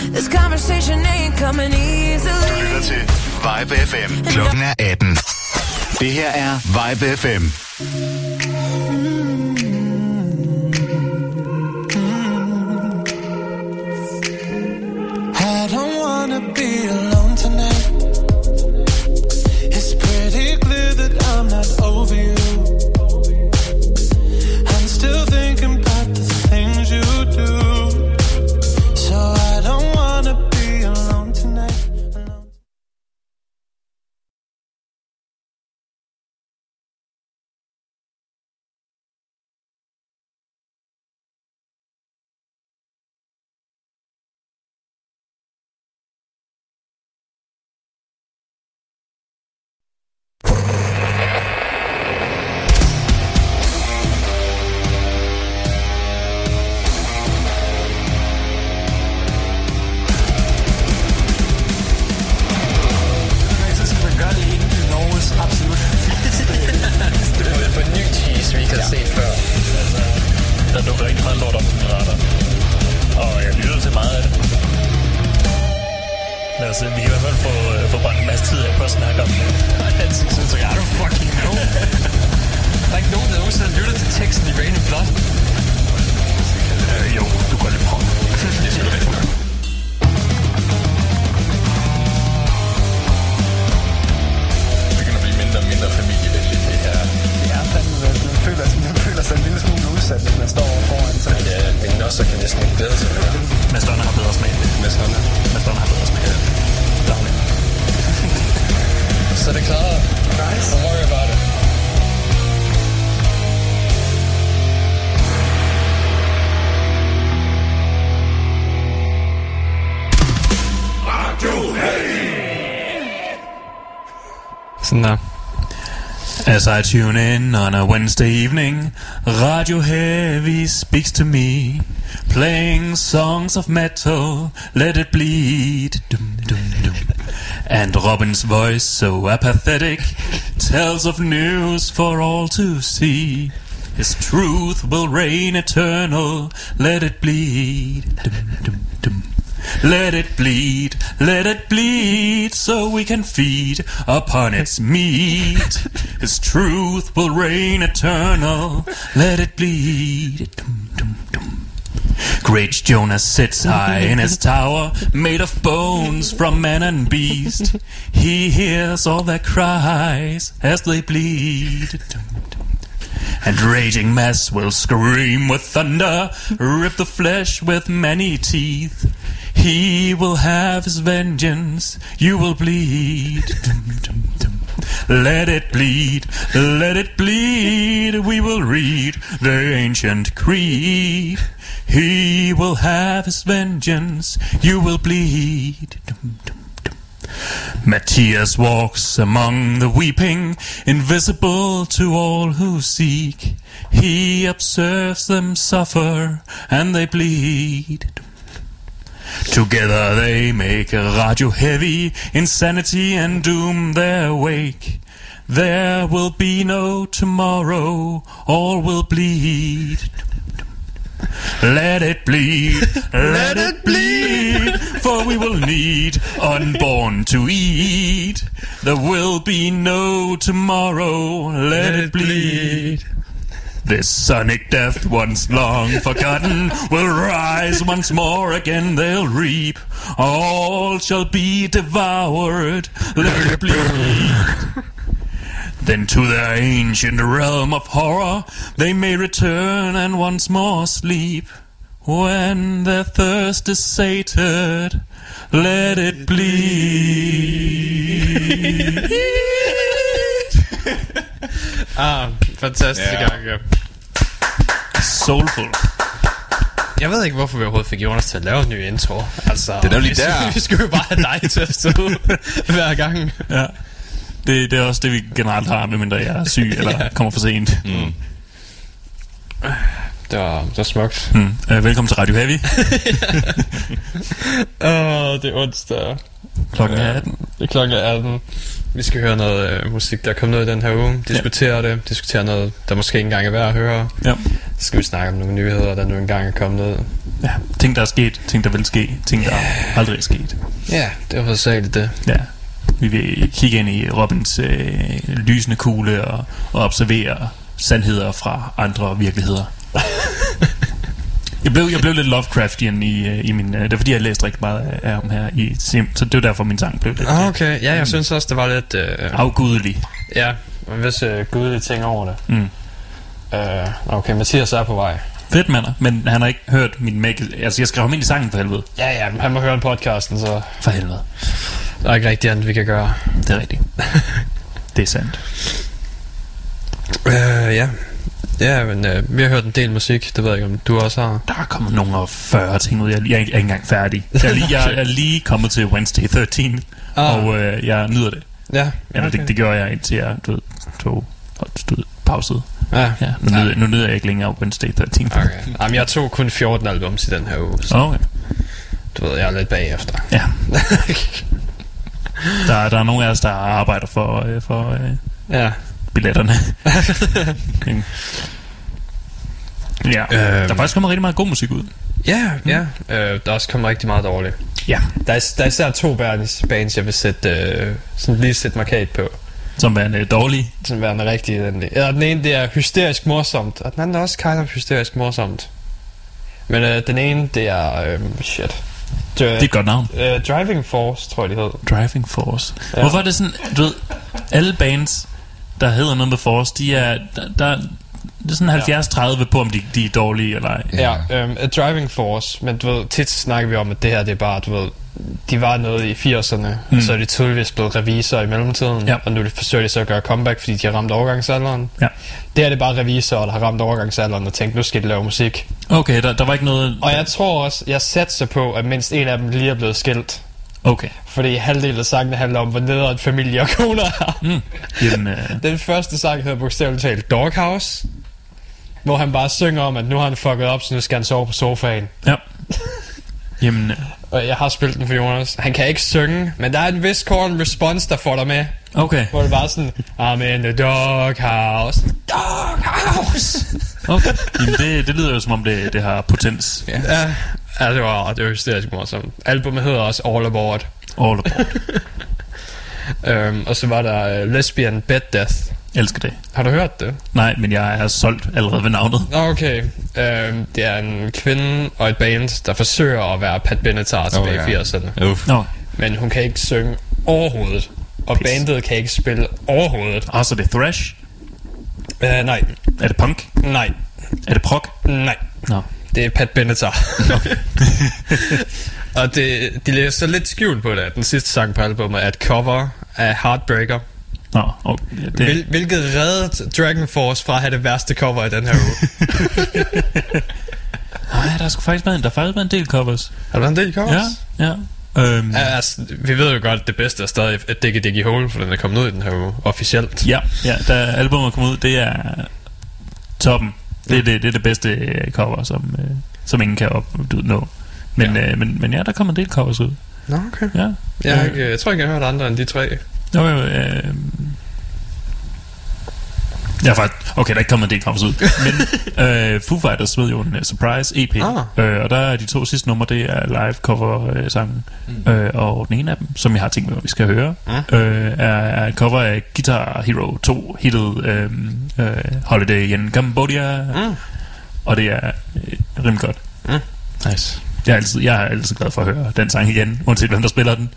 This conversation ain't coming easily. Du lytter til Vibe FM. Klokken er 18. Det her er Vibe FM. I don't wanna be alone tonight. It's pretty clear that I'm not over you. I'm still thinking about the things you do. So I don't wanna be alone tonight. As I tune in on a Wednesday evening, Radio Heavy speaks to me, playing songs of metal, let it bleed, dum, dum, dum. And Robin's voice, so apathetic, tells of news for all to see. His truth will reign eternal, let it bleed, dum, dum, dum. Let it bleed, so we can feed upon its meat. His truth will reign eternal, let it bleed. Dum, dum, dum. Great Jonah sits high in his tower, made of bones from man and beast. He hears all their cries as they bleed. Dum, dum. And raging mass will scream with thunder, rip the flesh with many teeth. He will have his vengeance, you will bleed. Dum, dum, dum. Let it bleed, we will read the ancient creed. He will have his vengeance, you will bleed. Dum, dum, dum. Matthias walks among the weeping, invisible to all who seek. He observes them suffer, and they bleed. Together they make Radio Heavy, insanity and doom their wake. There will be no tomorrow, all will bleed. Let it bleed, for we will need unborn to eat. There will be no tomorrow, let it bleed. This sonic death, once long forgotten, will rise once more, again they'll reap. All shall be devoured, let it bleed. Then to their ancient realm of horror they may return and once more sleep. When their thirst is sated, let it bleed. Fantastisk gang, ja. Soulful. Jeg ved ikke, hvorfor vi overhovedet fik Jonas til at lave en ny intro. Altså, det er nemlig der. Vi skulle jo bare have dig til at stå hver gang. Ja. Det er også det, vi generelt har, medmindre jeg er syg eller kommer for sent. Det var smukt. Velkommen til Radio Heavy. Det er onsdag. Klokken er 18. Det er klokken 18. Vi skal høre noget musik, der er kommet noget i den her uge. Diskutere noget, der måske ikke engang er værd at høre. Ja. Så skal vi snakke om nogle nyheder, der nu engang er kommet ud. Ja, ting der er sket, ting der vil ske, ting der aldrig er sket. Ja, det var hovedsageligt det. Ja, vi vil kigge ind i Robins lysende kugle og observere sandheder fra andre virkeligheder. Jeg blev lidt Lovecraftian i min... det er fordi, jeg læste rigtig meget af ham her i Sim, så det var derfor, min sang blev lidt... Okay, ja, jeg synes også, det var lidt... afgudelig. Ja, en vis gudelige ting over det. Okay, Mathias er på vej. Fedt, mander, men han har ikke hørt min make... Altså, jeg skrev ham ind i sangen for helvede. Ja, han må høre en podcasten, så... For helvede. Der er ikke rigtig andet, vi kan gøre. Det er rigtigt. Det er sandt. Ja. Ja, men vi har hørt en del musik. Det ved jeg ikke, om du også har. Der er kommet nogle 40 ting ud. Jeg er ikke engang færdig. Jeg er lige kommet til Wednesday 13, og jeg nyder det. Ja, okay. Det gjorde jeg indtil jeg tog pauset. Ja. Nu nyder jeg ikke længere Wednesday 13. Okay. Jamen, jeg tog kun 14 albums i den her uge, så okay. Du ved, jeg er lidt bagefter. Ja. Der er nogle af os, der arbejder for ja. Billetterne. Ja, der er faktisk kommet rigtig meget god musik ud. Ja. Der er også kommet rigtig meget dårligt. Ja. Der er især 2 bands, jeg vil sætte markat på. Som værende dårlige. Som værende rigtig elendig. Ja, den ene, det er hysterisk morsomt, og den anden er også kind of hysterisk morsomt. Men den ene, det er... shit. Det er et godt navn. Driving Force, tror jeg, det hedder. Driving Force. Ja. Hvorfor er det sådan, du ved, alle bands, der hedder noget med Force, de er... Det er sådan 70-30 på, om de er dårlige eller ej. Ja, Driving Force. Men du ved, tit snakker vi om, at det her, det er bare, du ved, de var noget i 80'erne, og så er de tydeligvis blevet revisor i mellemtiden, og nu forsøger de så at gøre comeback, fordi de har ramt overgangsalderen. Ja. Det er det bare revisorer, der har ramt overgangsalderen og tænkt, nu skal de lave musik. Okay, der var ikke noget... Og jeg tror også, jeg satser på, at mindst en af dem lige er blevet skilt. Okay. Fordi halvdelen af sangene handler om, hvor nederen familie og koner er. Jamen, Den første sang hedder bogstaveligt talt Doghouse, hvor han bare synger om, at nu har han fucket op, så nu skal han sove på sofaen. Ja. Jamen... Og jeg har spillet den for Jonas. Han kan ikke synge, men der er en vis call response, der får dig med. Okay. Hvor det bare sådan, I'm in the doghouse. Doghouse! Okay. Jamen det lyder jo som om det har potens. Ja, det var hysterisk morsomt. Albumet hedder også All Aboard. All Aboard. Og så var der Lesbian Bed Death. Elsker det. Har du hørt det? Nej, men jeg er solgt allerede ved navnet. Okay. Det er en kvinde og et band, der forsøger at være Pat Benatar tilbage i 80'erne. Men hun kan ikke synge overhovedet. Og bandet kan ikke spille overhovedet. Så det er thrash? Nej. Er det punk? Nej. Er det prog? Nej. Det er Pat Benatar. Okay. Og de lægger så lidt skjult på det, at den sidste sang på albumet er et cover af Heartbreaker. Hvilket reddede Dragon Force fra at have det værste cover i den her uge. Nej, der har faktisk været en del covers. Har der været en del covers? Ja. Vi ved jo godt, at det bedste er stadig at Diggy Hole, for den er kommet ud i den her uge, officielt. Ja, da albumet er kommet ud, det er toppen. Det er det bedste cover, som ingen kan opnå. Men der kommer en del covers ud. Nå, okay. Ja. Jeg tror ikke, jeg har hørt andre end de 3. Okay, der er ikke kommet en del covers ud. Men Foo Fighters smed jo en surprise EP. Og der er de 2 sidste numre, det er live cover sangen. Og den ene af dem, som jeg har tænkt mig, at vi skal høre, er et cover af Guitar Hero 2 hittet Holiday in Cambodia. Og det er rimelig godt. Nice. Jeg er altid glad for at høre den sang igen, uanset hvem der spiller den.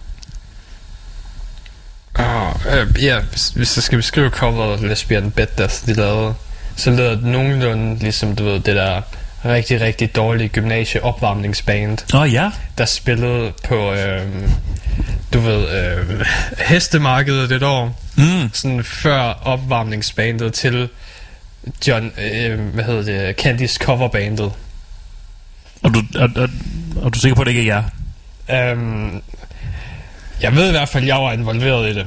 Hvis jeg skal beskrive coveret Lesbian Bed Death, de lavede, så lyder det nogenlunde ligesom, du ved, det der rigtig, rigtig dårlige gymnasie-opvarmningsband, der spillede på, du ved, hestemarkedet et år, sådan før opvarmningsbandet til John, Candys coverbandet. Og du er sikker på, at det ikke er jer? Jeg ved i hvert fald, at jeg var involveret i det.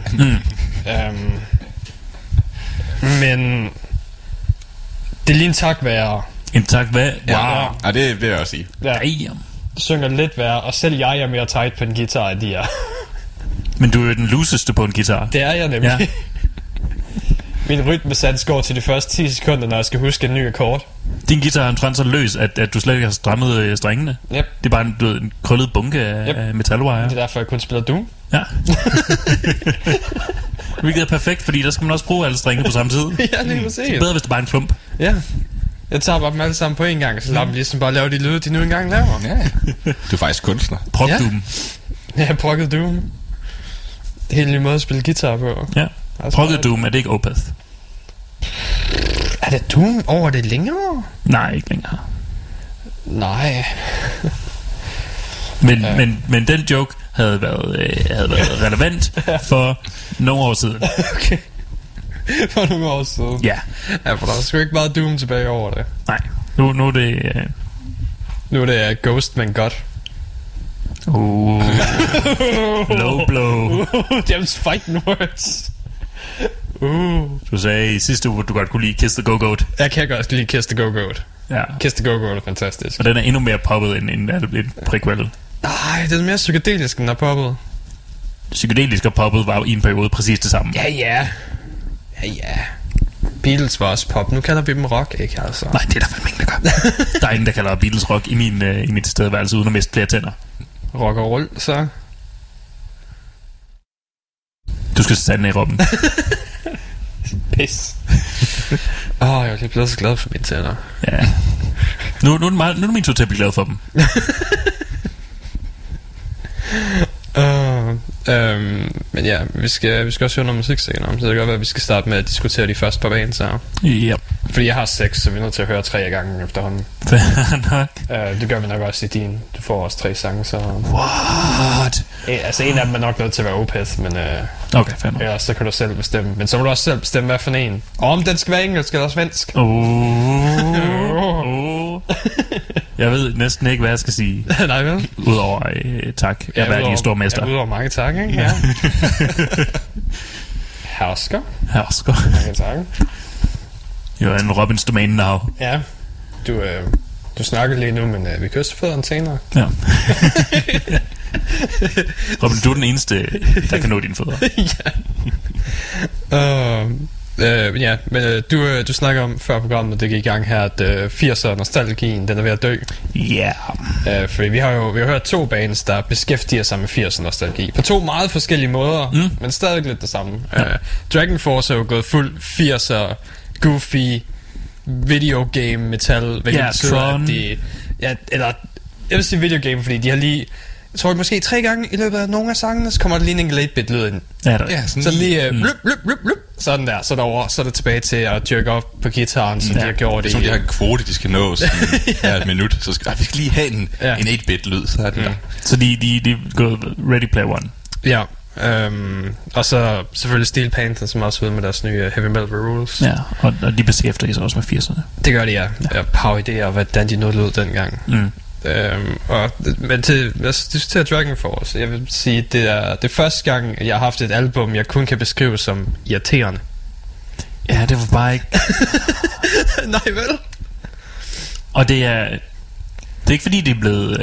Men det er lige en tak værre. En tak værre? Wow. Ja, det vil jeg også sige. Ja. Synger lidt værre, og selv jeg er mere tight på en guitar, end de er. Men du er jo den looseste på en guitar. Det er jeg nemlig. Ja. Min rytmesats går til de første 10 sekunder, når jeg skal huske en ny akkord. Din guitar er omtrent så løs, at du slet ikke har strammet strengene. Yep. Det er bare en krøllet bunke af metalwire. Det er derfor, jeg kun spiller Doom. Ja. Hvilket er perfekt, fordi der skal man også bruge alle strengene på samme tid. Ja, lige præcis. Det er bedre, hvis det bare er en klump. Ja. Jeg tager bare dem alle sammen på en gang, så lader dem ligesom bare lave de lyde, de nu engang laver. Ja. Du er faktisk kunstner. Prog Doom. Ja, Prog Doom. Helt ny måde at spille guitar på. Ja. Prog Doom, er det ikke Opeth? Er det Doom over det længere? Nej, ikke længere. Nej. Men den joke havde været relevant for nogle år siden. Okay. For nogle år siden. Ja. Ja, for der er sgu ikke meget Doom tilbage over det. Nej. Nu er det... Nu er det Ghost, men godt. Low blow. Them's fighting words. Du sagde i sidste uge, at du godt kunne lide Kiss the Go-Goat. Jeg kan godt lide Kiss the Go-Goat. Ja. Kiss the Go-Goat er fantastisk. Og den er endnu mere poppet end en prequel. Nej, det er mere psykedelisk, end der er poppet. Psykedelisk og poppet var jo i en periode præcis det samme. Ja. Beatles var også pop. Nu kalder vi dem rock, ikke altså? Nej, det er der fandme ingen, der gør. Der er ingen, der kalder Beatles rock i min tilstedeværelse, uden at miste flere tænder. Rock og roll, så... Du skal sande i Robben. Pis. Jeg er lige blevet så glad for mine tænder. Ja. Nu er det min tur til at blive glad for dem. Men ja, vi skal også høre noget musik senere. Så det kan godt være, at vi skal starte med at diskutere de første par bands her. Ja. Fordi jeg har 6, så vi er nødt til at høre 3 gange efterhånden. Fair nok. Det gør vi nok også i din. Du får også 3 sange, så... What? Altså en af dem er nok nødt til at være Opeth, men... Okay, fair nok. Ja, så kan du selv bestemme. Men så må du også selv bestemme, hvad for en. Om den skal være engelsk eller svensk. Jeg ved næsten ikke, hvad jeg skal sige. Nej, vel? Udover tak. Jeg er din stormester. Udover mange tak, ikke? Ja. Hersker. Mange tak. Jo, en Robins domain now. Ja. Du snakker lige nu, men vi kører fødderne senere. Ja. Robin, du er den eneste, der kan nå dine fødder. Ja. Men du snakker om før programmet, det gik i gang her, at 80'er nostalgien, den er ved at dø. Ja. Fordi vi har hørt 2 bands, der beskæftiger sig med 80'er nostalgi. På 2 meget forskellige måder, men stadig lidt det samme. Dragon Force er jo gået fuld 80'er, goofy, videogame, metal. Ja, Tron. Eller jeg vil sige videogame, fordi de har lige... Jeg tror måske 3 gange i løbet af nogle af sangene, så kommer der lige en 8-bit lyd ind. Ja, sådan lige blup, sådan der, så derover, så er det tilbage til at jerke op på gitaren, som de har gjort det. Som de har en kvote, de skal nå her et minut, så skal vi lige have en 8-bit lyd, så er den der. Så de går Ready Player One. Ja. Og så selvfølgelig Steel Panther, som også ud med deres nye Heavy Metal Rules. Ja, og de beskæftiger sig også med 80'erne. Det gør de, ja. Power-idéer, hvordan de nåede ud dengang. Men lad os diskutere Dragon Force. Jeg vil sige, det er det første gang, jeg har haft et album, jeg kun kan beskrive som irriterende. Ja, det var bare ikke... Nej, vel? Og det er ikke fordi, det er blevet...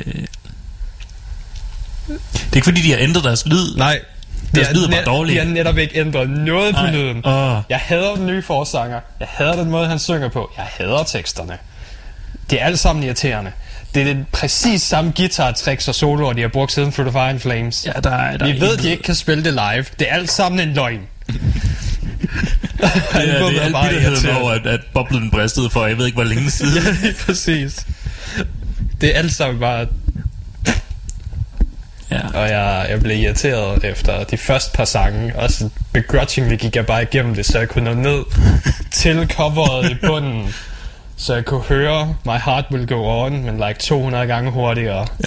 Det er ikke fordi, de har ændret deres lyd. Nej. Deres lyd er bare dårligt. De har netop ikke ændret noget på lyden. Jeg hader den nye forsanger. Jeg hader den måde, han synger på. Jeg hader teksterne. Det er alt sammen irriterende. Det er det præcis samme guitar-tricks og soloer, de har brugt siden Through the Fire and Flames. Ja, der vi ved, de ikke kan spille det live. Det er alt sammen en løgn. Det er alt bitterheden over, at boblen bristede for, jeg ved ikke, hvor længe siden. Ja, lige præcis. Det er alt sammen bare... Ja. Og jeg blev irriteret efter de første par sange. Også begrudgingly gik jeg bare igennem det, så jeg kunne nå ned til coveret i bunden, så jeg kunne høre My Heart Will Go On, men like 200 gange hurtigere. Ja.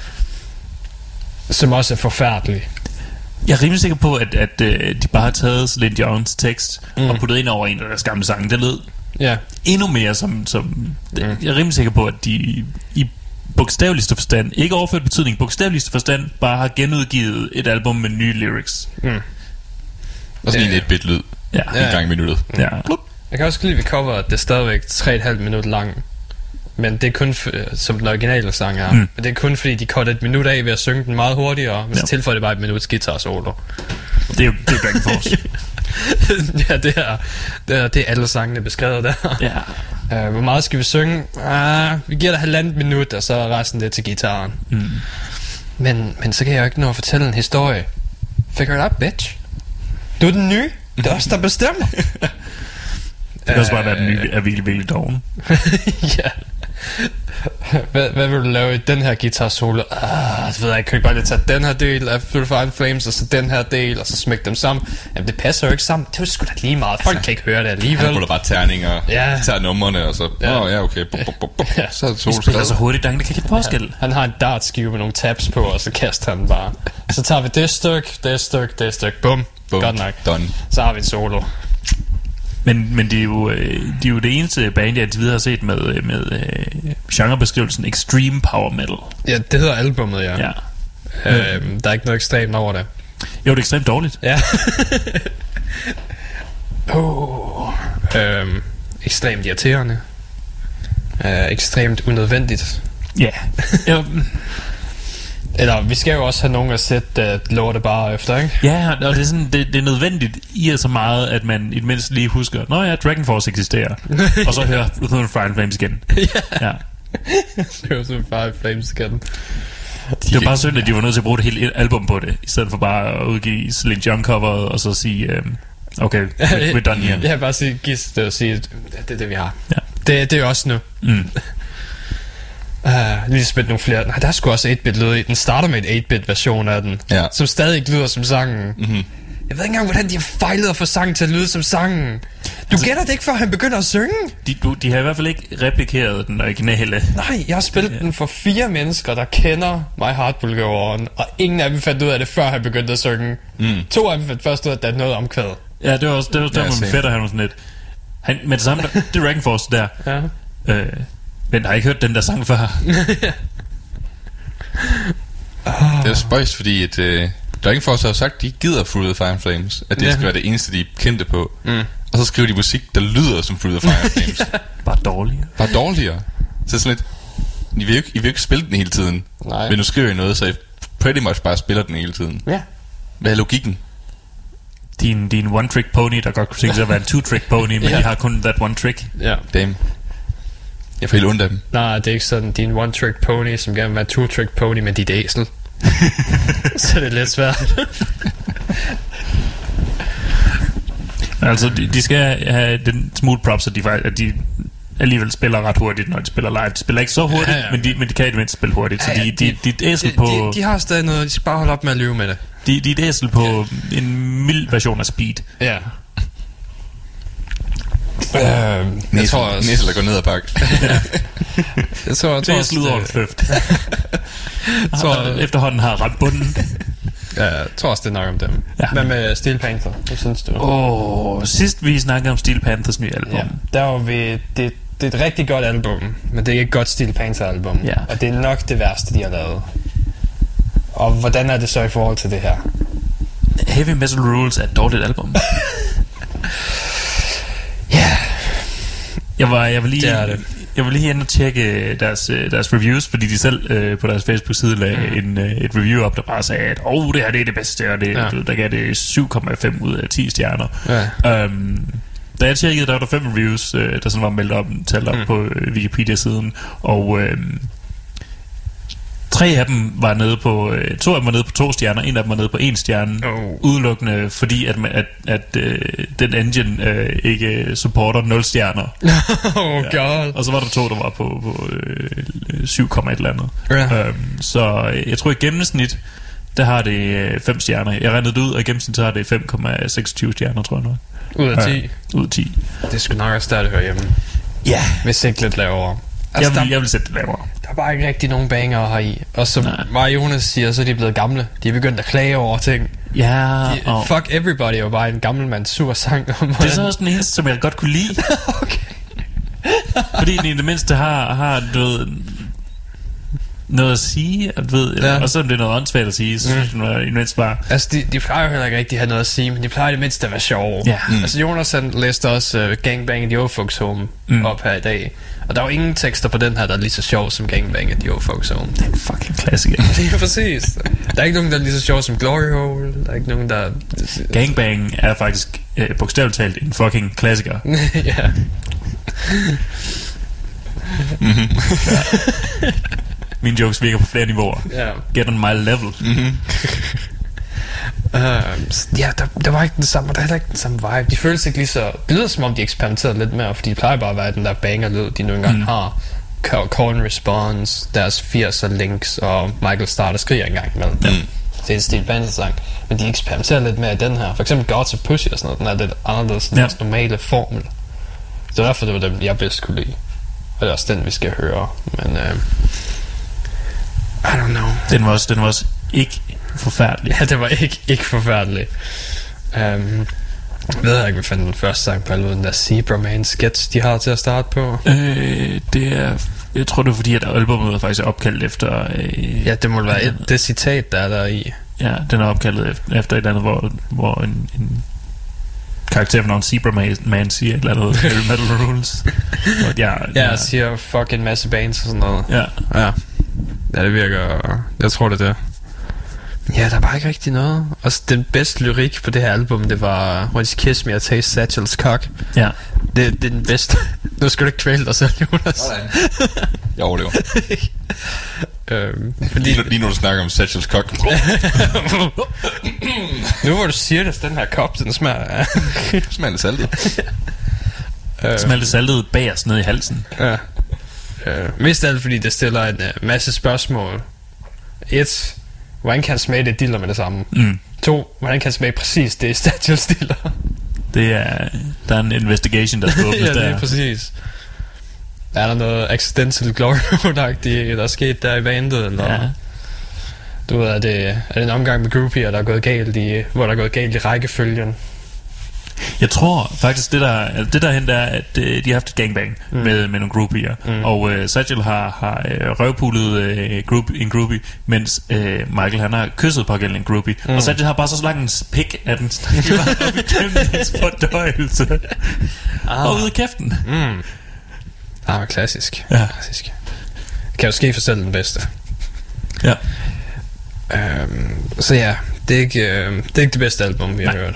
Som også er forfærdelig. Jeg er rimelig sikker på, at de bare har taget Celine Dion's tekst og puttet ind over en af deres gamle sange. Det lød endnu mere som jeg er rimelig sikker på, at de i bogstaveligste forstand, ikke overført betydning, bogstaveligste forstand, bare har genudgivet et album med nye lyrics. Og sådan en 8-bit lyd en gang i minuttet. Jeg kan også lide ved cover, at det er stadigvæk 3,5 minutter lang. Men det er kun som den originale sang er. Men det er kun fordi de cutter et minut af ved at synge den meget hurtigere. Men så tilføjer det bare et minuts guitar solo. Det er Dragon Force. Ja, det er alle sangene beskrevet der. Ja. Hvor meget skal vi synge? Vi giver dig 1,5 minut, og så resten det til gitaren. Men så kan jeg jo ikke nå at fortælle en historie. Figure it out, bitch. Du er den nye. Det er os, der bestemmer. Det kan også bare være, at den nye er virkelig, virkelig doven. Ja. Hvad vil du lave i den her guitar solo? Det ved jeg ikke. Kan bare lige tage den her del af Full Fire Flames, og så den her del, og så smække dem sammen? Jamen, det passer jo ikke sammen. Det er jo sgu da lige meget. Folk kan ikke høre det alligevel. Han putter bare terninger, tager numrene, og så... okay. Så er det solo. Det spiller så hurtigt, der er ingen, der kan kigge forskel. Han har en dartskive med nogle tabs på, og så kaster han bare. Så tager vi det stykke. Bum. Godt nok. Done. Så har vi en solo. Men de er jo det eneste band, jeg indtil videre har set med genrebeskrivelsen Extreme Power Metal. Ja, det hedder albumet, ja. Der er ikke noget ekstremt over det. Jo, det er ekstremt dårligt. Ja. Ekstremt irriterende. Ekstremt unødvendigt. Ja. Eller vi skal jo også have nogen at sætte lortet bare efter, ikke? Ja, og det er sådan, det er nødvendigt i så meget, at man i det mindste lige husker, nå ja, Dragon Force eksisterer. Og så hører Full Fire Flames igen. Ja. Hører Full Fire Flames igen. Det var bare synd, at de var nødt til at bruge et helt album på det, i stedet for bare at udgive Celine Dion coveret, og så sige, okay, we're done here. Ja, bare sige, gis det og sige, det er det, vi har. Ja. Det er jo også nu. Lige spille nogle flere. Nej, der er sgu også 8-bit lyd i. Den starter med et 8-bit version af den, som stadig ikke lyder som sangen. Jeg ved ikke engang, hvordan de har fejlet at få sangen til at lyde som sangen. Du gætter det ikke, før han begynder at synge. De har i hvert fald ikke replikeret den originale. Nej, jeg har spillet den for 4 mennesker, der kender My Heart Will Go On, og ingen af dem fandt ud af det, før han begyndte at synge. 2 af dem fandt først ud af, at der er noget omkvæd. Ja, det var også der med min fætter, han var sådan lidt. Med det samme, det er Dragon Force der. Men jeg har ikke hørt den der sang før. Det er spøjst, fordi Dragon Force har sagt, at de gider Full Fire Flames, at det skal være det eneste, de er kendte på. Og så skriver de musik, der lyder som Full Fire Flames. Bare dårligere. Så sådan lidt, I vil jo ikke spille den hele tiden. Nej. Men nu skriver I noget, så I pretty much bare spiller den hele tiden. Ja. Hvad er logikken? Din one-trick pony, der godt kunne tænke sig at være en two-trick pony, men de har kun that one trick. Ja. Damn. Jeg får helt ondt af dem. Nej, det er ikke sådan. Din one-trick pony, som gerne vil være two-trick pony, men dit æsel. Så det er lidt svært. Altså, de skal have den smooth props, at de alligevel spiller ret hurtigt, når de spiller live. De spiller ikke så hurtigt, men de kan i det mindste spille hurtigt. Så de er et æsel på... De har stadig noget, de skal bare holde op med at løbe med det. De er et æsel på en mild version af speed. Ja. Jeg tror også... Næsel, der går ned ad bakke. Jeg tror det er sludet over kløft. Efterhånden har ramt bunden. Ja, jeg tror også, det er nok om dem. Hvad med Steel Panther? Hvad synes du? Sidst vi snakkede om Steel Panthers nye album. Der var vi... Det er et rigtig godt album, men det er ikke et godt Steel Panther album. Og det er nok det værste, de har lavet. Og hvordan er det så i forhold til det her? Heavy Metal Rules er et dårligt album. Jeg var lige inde og tjekke deres reviews, fordi de selv på deres Facebook-side lagde et review op, der bare sagde, at det her det er det bedste, og der gav det 7,5 ud af 10 stjerner. Da jeg tjekkede, der var der 5 reviews, der sådan var meldt op, talt op på Wikipedia-siden, og 3 af dem var nede på 2 af dem var nede på 2 stjerner, 1 af dem var nede på 1 stjerne, udelukkende fordi at den engine ikke supporter 0 stjerner. God. Og så var der 2, der var på 7, et eller andet. Så jeg tror i gennemsnit der har det 5 stjerner. Jeg regnede det ud, og i gennemsnit så har det 5,26 stjerner, tror jeg nu. Ud af 10? Ud af 10. Det skulle nok også stadig høre hjemme. Ja. Hvis ikke lidt lavere. Altså, jeg vil sætte det lavere. Der er bare ikke rigtig nogen banger her i. Og som Jonas siger, så er de blevet gamle. De er begyndt at klage over ting. Fuck Everybody var bare en gammel mands sur sang. Det er så også den eneste, som jeg godt kunne lide. Okay. Fordi den i det mindste har noget at sige, og selvom det er noget åndssvagt at sige, så synes jeg i mindst bare... Altså, de plejer jo heller ikke rigtig at have noget at sige, men de plejer i det mindste at være sjove. Altså, Jonas læste også Gangbang at the Old Folks Home op her i dag, og der er jo ingen tekster på den her, der er lige så sjov som Gangbang at the Old Folks Home. Det er en fucking klassiker. Det er præcis. Der er ikke nogen, der er lige så sjov som Glory Hole. Der er ikke nogen, der... Gangbang er faktisk bogstaveligt talt en fucking klassiker. Mine jokes virker på flere niveauer. Get on my level. Ja, der var ikke den samme, der er heller ikke den samme vibe. De føles ikke lige så... Det lyder som om de eksperimenterede lidt mere, fordi de plejer bare at være den der banger-lyd, de nu engang har. Call and Response, deres 80'er links, og Michael starter skriger engang imellem. Det er en Steel Panther-sang. Men de eksperimenterer lidt mere i den her. For eksempel Gods of Pussy og sådan noget. Den er lidt anderledes end deres normale formel. Det var derfor, det var dem, jeg bedst kunne lide. Og det er også den, vi skal høre. Men I don't know. Den var også ikke forfærdelig. Ja, det var ikke forfærdelig. Ved jeg ikke, hvad fanden den første sang på albumet, den der Zebra Man sketch, de har til at starte på? Det er... Jeg tror, det er fordi, at albumet faktisk er opkaldt efter... ja, det må være det citat, der er der i. Ja, den er opkaldt efter et eller andet, hvor en karakter for navn Zebra Man siger et eller andet Heavy Metal Rules. Ja, siger fuck en masse bands og sådan noget. Ja, det virker... Jeg tror, det er det. Ja, der er bare ikke rigtig noget. Og den bedste lyrik på det her album, det var When You Kiss Me, I Taste Satchel's Cock. Ja. Det er den bedste. Nu skal du ikke kvæle dig selv, Jonas. Jeg overlever. Fordi... Lige nu du snakker om Satchel's Cock. Nu hvor du siger det, den her kop, den smager... smager lidt saltet. Smager lidt saltet bagerst ned i halsen. Ja. Mest alt fordi det stiller en masse spørgsmål. 1. Hvordan kan han smage det diller med det samme? 2. Hvordan kan han smage præcis det Satchels diller? Der er en investigation, der skal åbnes der. Ja, det er præcis. Er der noget accidental glory-agtigt, der er sket der i bandet? Eller? Ja. Du ved, er det en omgang med groupier, der er gået galt hvor der er gået galt i rækkefølgen? Jeg tror faktisk, det der hent er, at de har haft et gangbang med nogle groupier. Og Satchel har røvpullet en groupie, mens Michael han har kysset på en groupie. Og Satchel har bare så lang en pik, at den stikker op igennem hans fordøjelse. Og ud af kæften. Klassisk. Ja. Klassisk. Kan jo ske for selv den bedste. Ja. Så ja, det er ikke det bedste album, vi har hørt.